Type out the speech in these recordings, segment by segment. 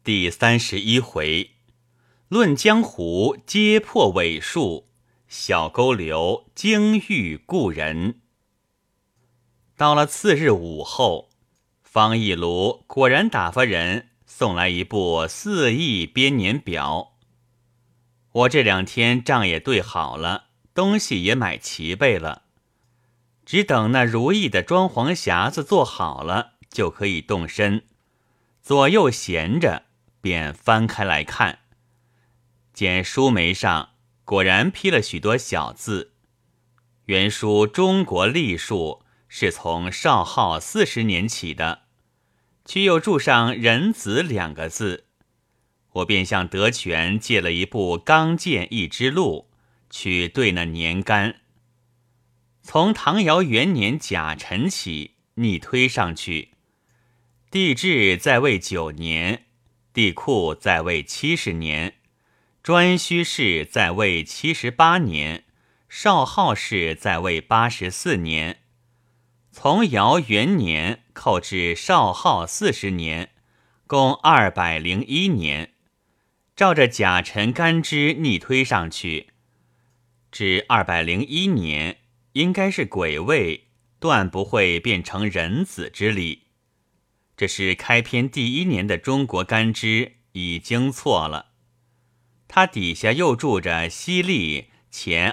第31回，论江湖皆破伪术，小沟流经遇故人。到了次日午后，方义庐果然打发人送来一部4亿编年表。我这2天账也对好了，东西也买齐备了，只等那如意的装潢匣子做好了，就可以动身。左右闲着，便翻开来看，见书眉上果然批了许多小字。原书中国历数是从少昊40年起的，却又注上仁子2个字。我便向德全借了一部刚健一之录，去对那年干。从唐尧元年甲辰起逆推上去，帝制在位9年，帝喾在位70年，颛顼氏在位78年，少昊氏在位84年。从尧元年扣至少昊40年，共201年。照着甲辰干支逆推上去，至201年应该是癸未，断不会变成壬子之理。这是开篇第1年的中国干支已经错了。它底下又注着西历前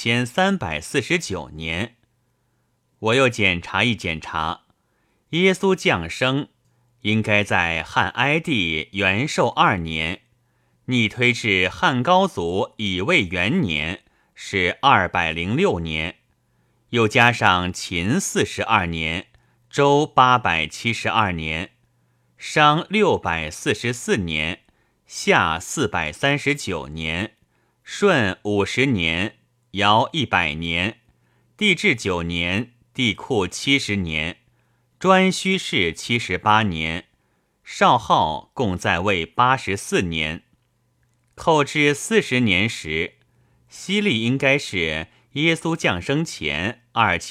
2349年。我又检查一检查，耶稣降生应该在汉哀帝元寿2年，逆推至汉高祖乙未元年是206年，又加上秦42年，周872年，商644年，夏439年，舜50年，尧100年，帝制9年，帝喾70年，颛顼氏78年，少昊共在位84年。扣至40年时，西历应该是耶稣降生前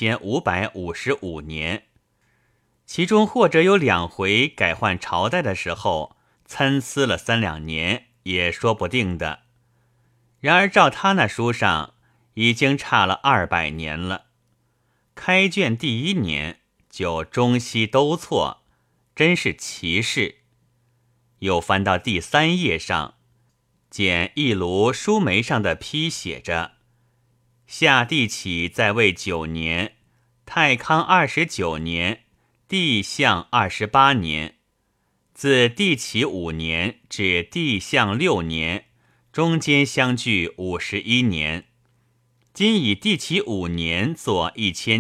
2555年，其中或者有2回改换朝代的时候参差了3两年，也说不定的。然而照他那书上已经差了200年了。开卷第1年就中西都错，真是奇事。又翻到第3页上，见一庐书眉上的批写着：夏帝启在位9年，太康29年，帝象28年。自帝启5年至帝象6年，中间相距51年。今以帝启5年作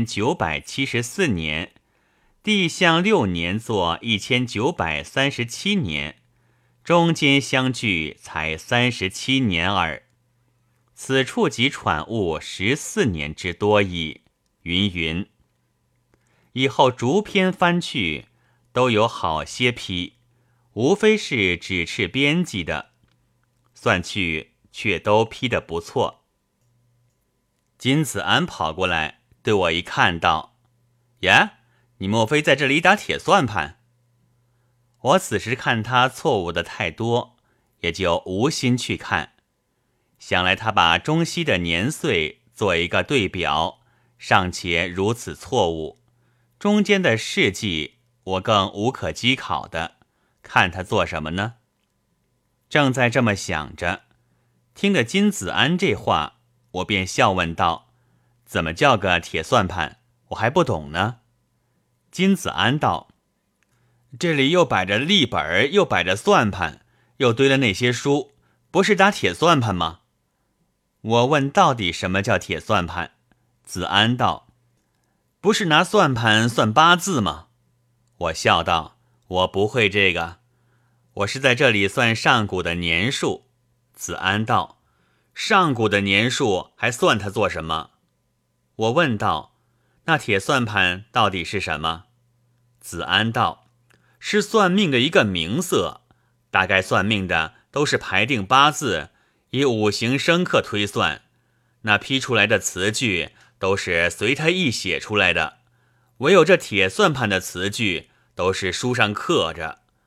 1974年，帝象6年作1937年，中间相距才37年耳。此处即喘误14年之多矣。云云。以后逐篇翻去，都有好些批，无非是指斥编辑的，算去却都批得不错。金子安跑过来对我一看道：呀，你莫非在这里打铁算盘？我此时看他错误的太多，也就无心去看。想来他把中西的年岁做一个对表，尚且如此错误，中间的事迹我更无可稽考的，看他做什么呢？正在这么想着，听得金子安这话，我便笑问道：怎么叫个铁算盘？我还不懂呢。金子安道：这里又摆着历本，又摆着算盘，又堆了那些书，不是打铁算盘吗？我问到底什么叫铁算盘？子安道：不是拿算盘算8字吗？我笑道：我不会这个，我是在这里算上古的年数。子安道：上古的年数还算它做什么？我问道：那铁算盘到底是什么？子安道：是算命的一个名色，大概算命的都是排定8字，以5行生克推算，那批出来的词句都是随他意写出来的，唯有这铁算盘的词句都是书上刻着，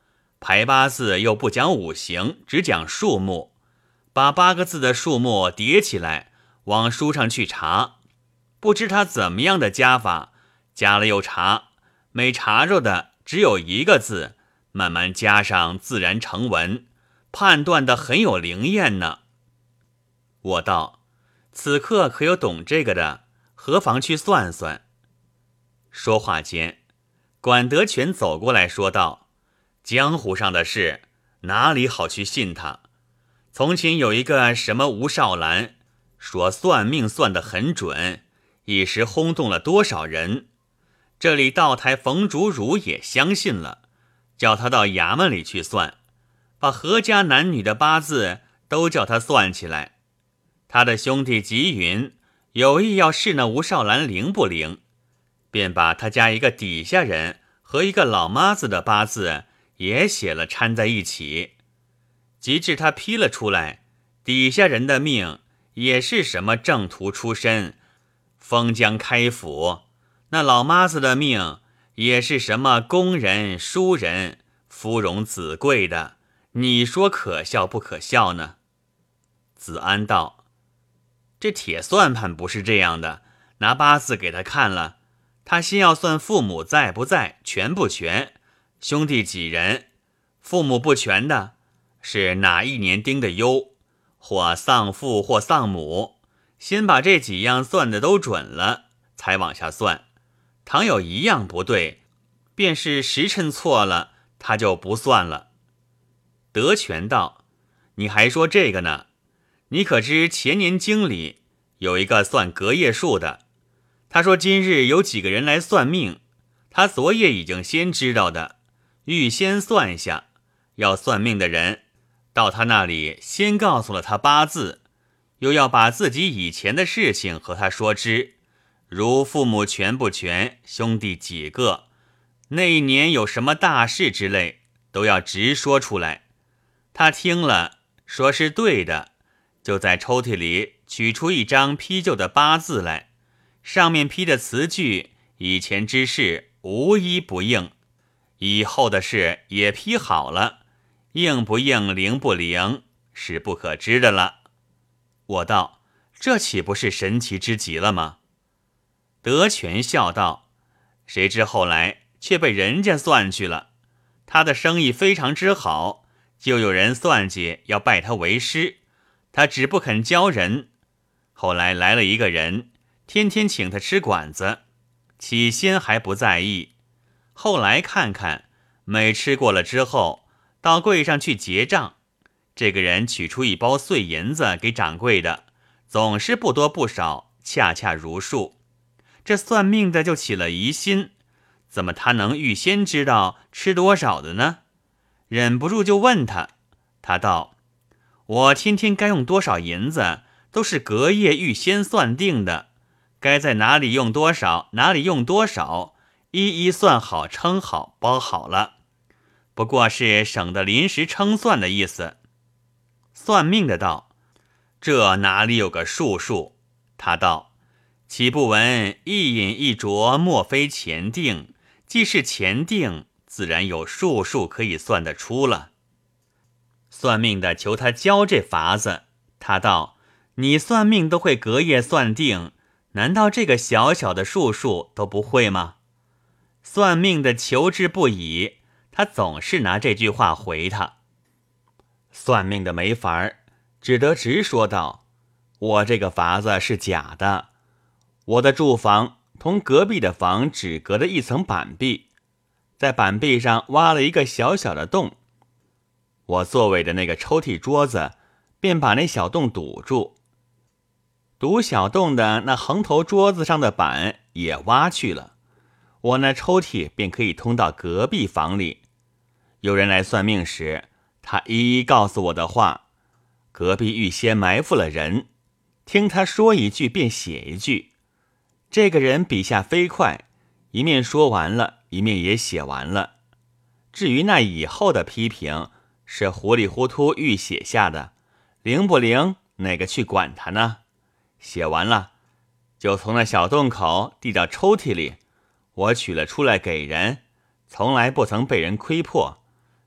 排八字又不讲五行，只讲数目，把8个字的数目叠起来，往书上去查，不知他怎么样的加法，加了又查，没查着的只有1个字，慢慢加上自然成文，判断的很有灵验呢。我道：此刻可有懂这个的，何妨去算算。说话间，管德全走过来说道：江湖上的事哪里好去信他？从前有一个什么吴少兰，说算命算得很准，一时轰动了多少人。这里道台冯竹如也相信了，叫他到衙门里去算，把何家男女的八字都叫他算起来。他的兄弟吉云有意要试那吴少兰灵不灵，便把他家一个底下人和一个老妈子的八字也写了掺在一起。及至他批了出来，底下人的命也是什么正途出身，封疆开府，那老妈子的命也是什么工人书人夫荣子贵的，你说可笑不可笑呢？子安道：这铁算盘不是这样的，拿八字给他看了，他先要算父母在不在，全不全，兄弟几人，父母不全的是哪一年丁的酉，或丧父或丧母，先把这几样算的都准了，才往下算。倘有一样不对，便是时辰错了，他就不算了。德全道：你还说这个呢？你可知前年经里有一个算隔夜数的，他说今日有几个人来算命，他昨夜已经先知道的，预先算下，要算命的人到他那里先告诉了他八字，又要把自己以前的事情和他说知，如父母全不全，兄弟几个，那一年有什么大事之类，都要直说出来。他听了说是对的，就在抽屉里取出一张批就的八字来，上面批的词句以前之事无一不应，以后的事也批好了，应不应灵不灵是不可知的了。我道：这岂不是神奇之极了吗？德全笑道：谁知后来却被人家算去了，他的生意非常之好，就有人算计要拜他为师，他只不肯教人。后来来了一个人，天天请他吃馆子，起先还不在意，后来看看，每吃过了之后，到柜上去结账，这个人取出一包碎银子给掌柜的，总是不多不少，恰恰如数。这算命的就起了疑心，怎么他能预先知道吃多少的呢？忍不住就问他，他道：我天天该用多少银子，都是隔夜预先算定的，该在哪里用多少，哪里用多少，一一算好，称好，包好了，不过是省得临时称算的意思。算命的道：这哪里有个数？他道：岂不闻一饮一啄，莫非前定，既是前定，自然有数可以算得出了。算命的求他教这法子，他道：你算命都会隔夜算定，难道这个小小的数都不会吗？算命的求之不已，他总是拿这句话回他。算命的没法儿，只得直说道：我这个法子是假的，我的住房同隔壁的房只隔着一层板壁，在板壁上挖了一个小小的洞，我座位的那个抽屉桌子便把那小洞堵住，堵小洞的那横头桌子上的板也挖去了，我那抽屉便可以通到隔壁房里。有人来算命时，他一一告诉我的话，隔壁预先埋伏了人，听他说一句便写一句，这个人笔下飞快，一面说完了，一面也写完了。至于那以后的批评，是糊里糊涂预写下的，灵不灵，哪个去管他呢？写完了，就从那小洞口递到抽屉里，我取了出来给人，从来不曾被人窥破，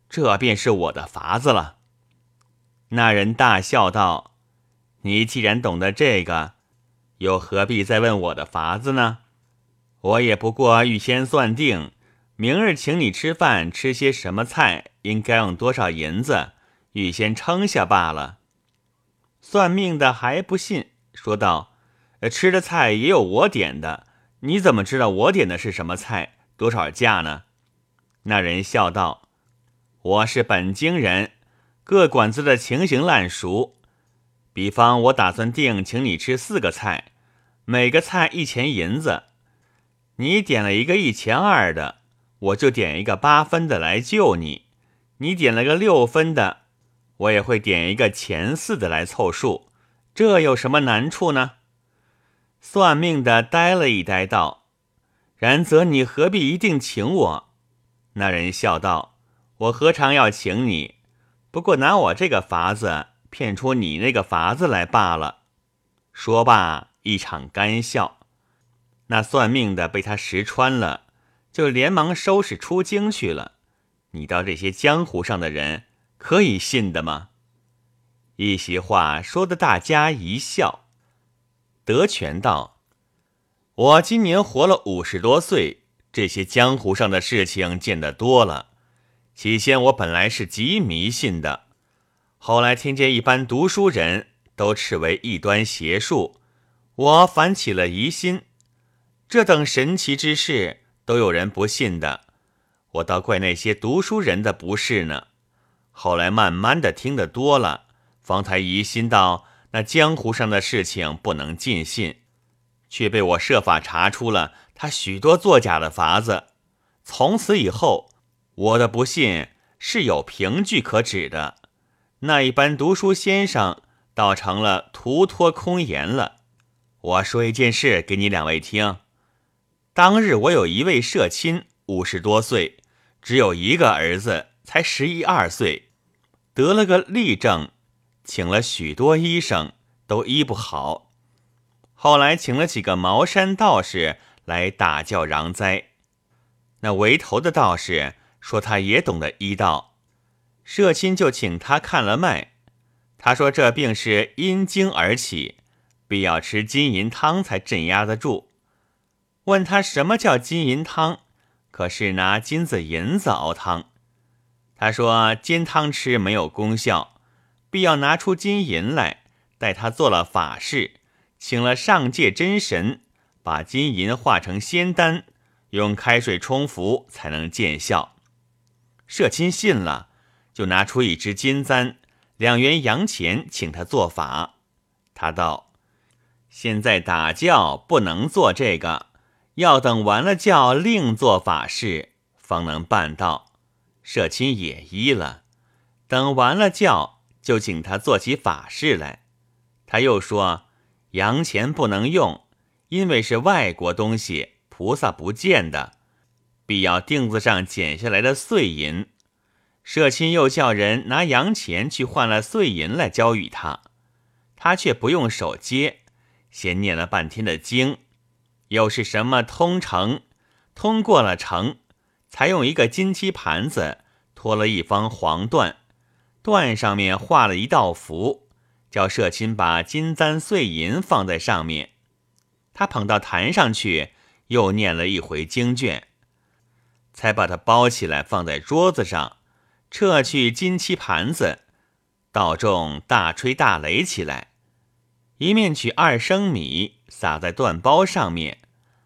这便是我的法子了。”那人大笑道：“你既然懂得这个，又何必再问我的法子呢？我也不过预先算定，明日请你吃饭，吃些什么菜，应该用多少银子，预先称下罢了。”算命的还不信，说道：“吃的菜也有我点的，你怎么知道我点的是什么菜，多少价呢？”那人笑道：“我是本京人，各馆子的情形烂熟。比方我打算定请你吃4个菜，每个菜1000银子。你点了一个1200的，我就点一个8分的来救你；你点了个6分的，我也会点一个前4的来凑数。这有什么难处呢？”算命的呆了一呆，道：“然则你何必一定请我？”那人笑道：“我何尝要请你？不过拿我这个法子骗出你那个法子来罢了。”说罢，一场干笑。那算命的被他识穿了，就连忙收拾出京去了。你道这些江湖上的人可以信的吗？一席话说得大家一笑。德全道：“我今年活了50多岁，这些江湖上的事情见得多了。起先我本来是极迷信的，后来听见一般读书人都斥为异端邪术，我反起了疑心。这等神奇之事都有人不信的，我倒怪那些读书人的不是呢。后来慢慢的听得多了，方才疑心到那江湖上的事情不能尽信，却被我设法查出了他许多作假的法子。从此以后，我的不信是有凭据可指的。那一般读书先生倒成了徒托空言了。我说一件事给你2位听。当日我有一位社亲，50多岁，只有一个儿子，才11、12岁，得了个痢症，请了许多医生，都医不好。后来请了几个茅山道士来打教攘灾。那为头的道士说他也懂得医道，社亲就请他看了脉。他说这病是因经而起，必要吃金银汤才镇压得住。问他什么叫金银汤，可是拿金子银子熬汤。他说煎汤吃没有功效，必要拿出金银来，待他做了法事，请了上界真神，把金银化成仙丹，用开水冲服才能见效。社亲信了，就拿出一支金簪，2元洋钱请他做法。他道：“现在打教不能做这个，要等完了教另做法事，方能办到。”社亲也依了，等完了教就请他做起法事来。他又说洋钱不能用，因为是外国东西，菩萨不见的，必要锭子上剪下来的碎银。社亲又叫人拿洋钱去换了碎银来交与他，他却不用手接，先念了半天的经，又是什么通城，通过了城，才用一个金漆盘子托了一方黄缎，缎上面画了一道符，叫社亲把金簪碎银放在上面。他捧到坛上去，又念了一回经卷，才把它包起来放在桌子上，撤去金漆盘子，道众大吹大擂起来。一面取2升米撒在缎包上面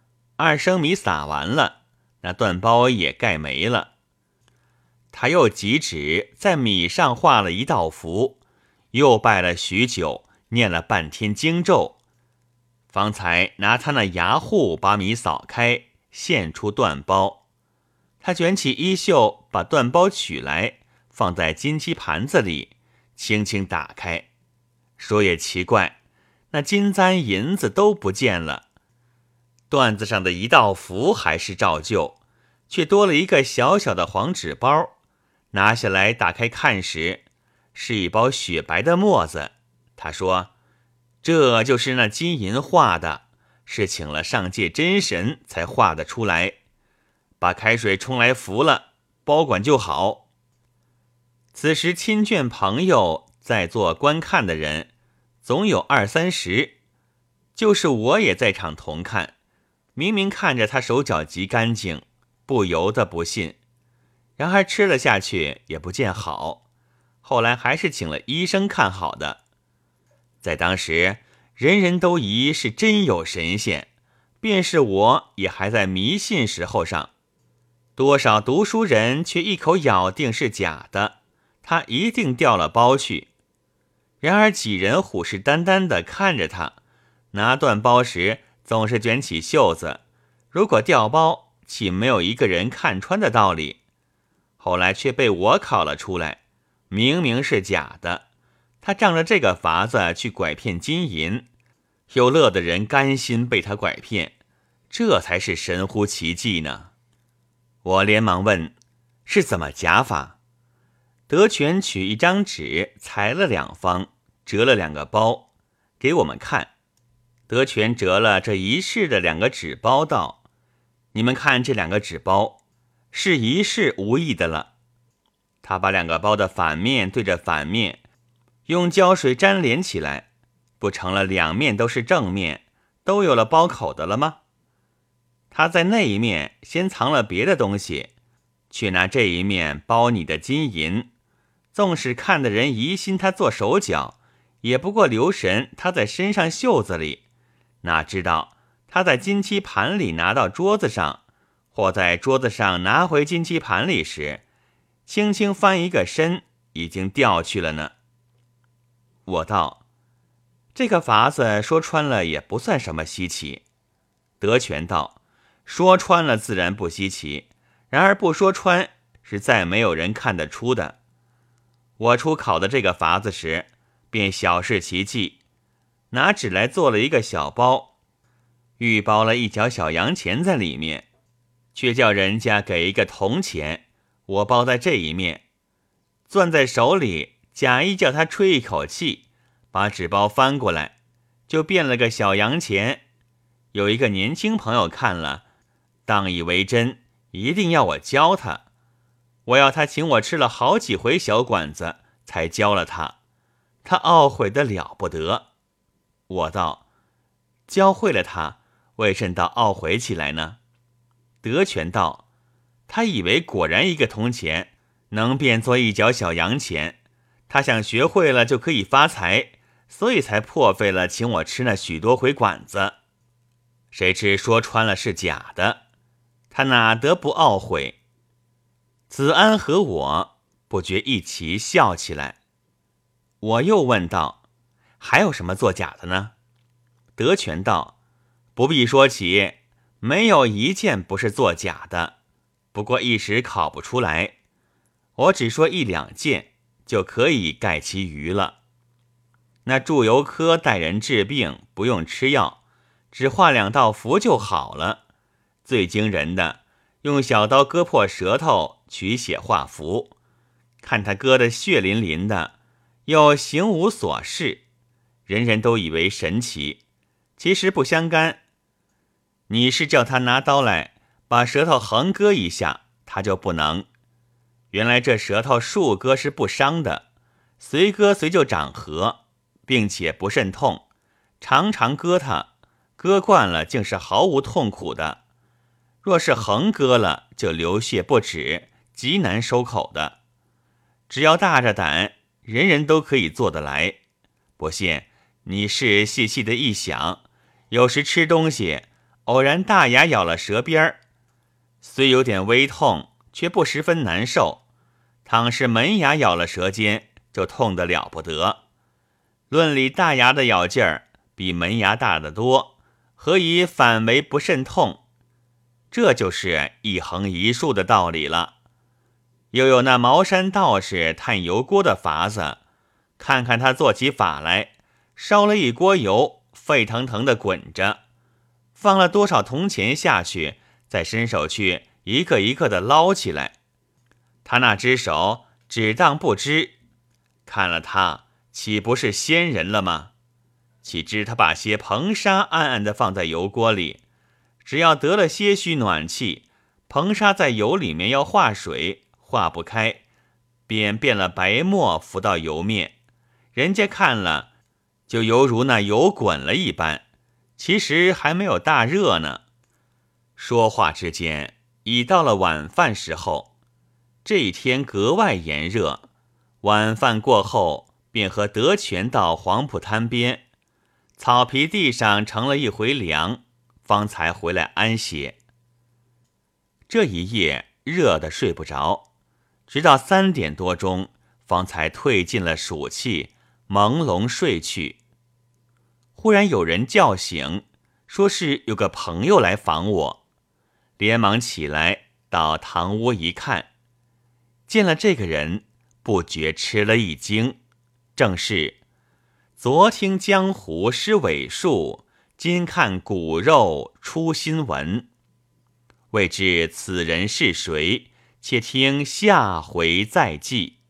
，2升米撒完了，那缎包也盖没了。他又急指在米上画了一道符，又拜了许久，念了半天经咒，方才拿他那牙户把米扫开，现出缎包。他卷起衣袖，把缎包取来，放在金漆盘子里，轻轻打开。说也奇怪，那金簪银子都不见了，缎子上的一道符还是照旧，却多了一个小小的黄纸包。拿下来打开看时，是一包雪白的沫子。他说这就是那金银画的，是请了上界真神才画得出来，把开水冲来服了，保管就好。 此时亲眷朋友在座观看的人总有20-30，就是我也在场同看，明明看着他手脚极干净，不由得不信。然而吃了下去也不见好，后来还是请了医生看好的。在当时，人人都疑是真有神仙，便是我也还在迷信时候上。多少读书人却一口咬定是假的，他一定掉了包去。然而几人虎视眈眈地看着他，拿断包时总是卷起袖子，如果掉包，岂没有一个人看穿的道理？后来却被我考了出来，明明是假的。他仗着这个法子去拐骗金银，有乐的人甘心被他拐骗，这才是神乎其技呢。我连忙问是怎么假法。德全取一张纸，裁了2方，折了2个包给我们看。德全折了这一式的2个纸包道：你们看这2个纸包是一式无异的了。他把2个包的反面对着反面，用胶水粘连起来，不成了2面都是正面，都有了包口的了吗？他在那一面先藏了别的东西，却拿这一面包你的金银，纵使看的人疑心他做手脚，也不过留神他在身上袖子里，哪知道他在金漆盘里拿到桌子上，或在桌子上拿回金漆盘里时，轻轻翻一个身，已经掉去了呢。我道：这个法子说穿了也不算什么稀奇。德全道：说穿了自然不稀奇，然而不说穿是再没有人看得出的。我初考的这个法子时，便小试其技，拿纸来做了一个小包，预包了1角小洋钱在里面，却叫人家给一个铜钱，我包在这一面，攥在手里，假意叫他吹一口气，把纸包翻过来，就变了个小洋钱。有一个年轻朋友看了，当以为真，一定要我教他。我要他请我吃了好几回小馆子，才教了他。他懊悔得了不得。我道：教会了他，为甚道懊悔起来呢？德全道：他以为果然一个铜钱能变作1角小洋钱，他想学会了就可以发财，所以才破费了请我吃那许多回馆子。谁知说穿了是假的，他哪得不懊悔？子安和我不觉一齐笑起来。我又问道：还有什么作假的呢？德全道：不必说起，没有一件不是作假的，不过一时考不出来。我只说1-2件，就可以概其余了。那祝由科带人治病，不用吃药，只画2道符就好了。最惊人的，用小刀割破舌头，取血画符，看他割得血淋淋的，又形无所示，人人都以为神奇，其实不相干。你是叫他拿刀来把舌头横割一下，他就不能。原来这舌头竖割是不伤的，随割随就长合，并且不甚痛，常常割它，割惯了竟是毫无痛苦的。若是横割了，就流血不止，极难收口的。只要大着胆，人人都可以做得来。不信，你是细细的一想，有时吃东西，偶然大牙咬了舌边儿，虽有点微痛，却不十分难受。倘是门牙咬了舌尖，就痛得了不得。论理大牙的咬劲儿比门牙大得多，何以反为不甚痛？这就是一横一竖的道理了。又有那茅山道士探油锅的法子，看看他做起法来，烧了一锅油，沸腾腾的滚着，放了多少铜钱下去，再伸手去一个一个的捞起来。他那只手只当不知，看了他岂不是仙人了吗？岂知他把些硼砂暗暗地放在油锅里，只要得了些许暖气，硼砂在油里面要化水，化不开， 便变了白沫浮到油面，人家看了就犹如那油滚了一般，其实还没有大热呢。说话之间已到了晚饭时候，这一天格外炎热，晚饭过后便和德全到黄浦滩边，草皮地上乘了一回凉，方才回来安歇。这一夜热得睡不着，直到3点多钟方才退尽了暑气，朦胧睡去。忽然有人叫醒，说是有个朋友来访我，连忙起来到堂屋一看，见了这个人，不觉吃了一惊，正是昨听江湖失尾数，今看骨肉出新闻。未知此人是谁，且听下回再记。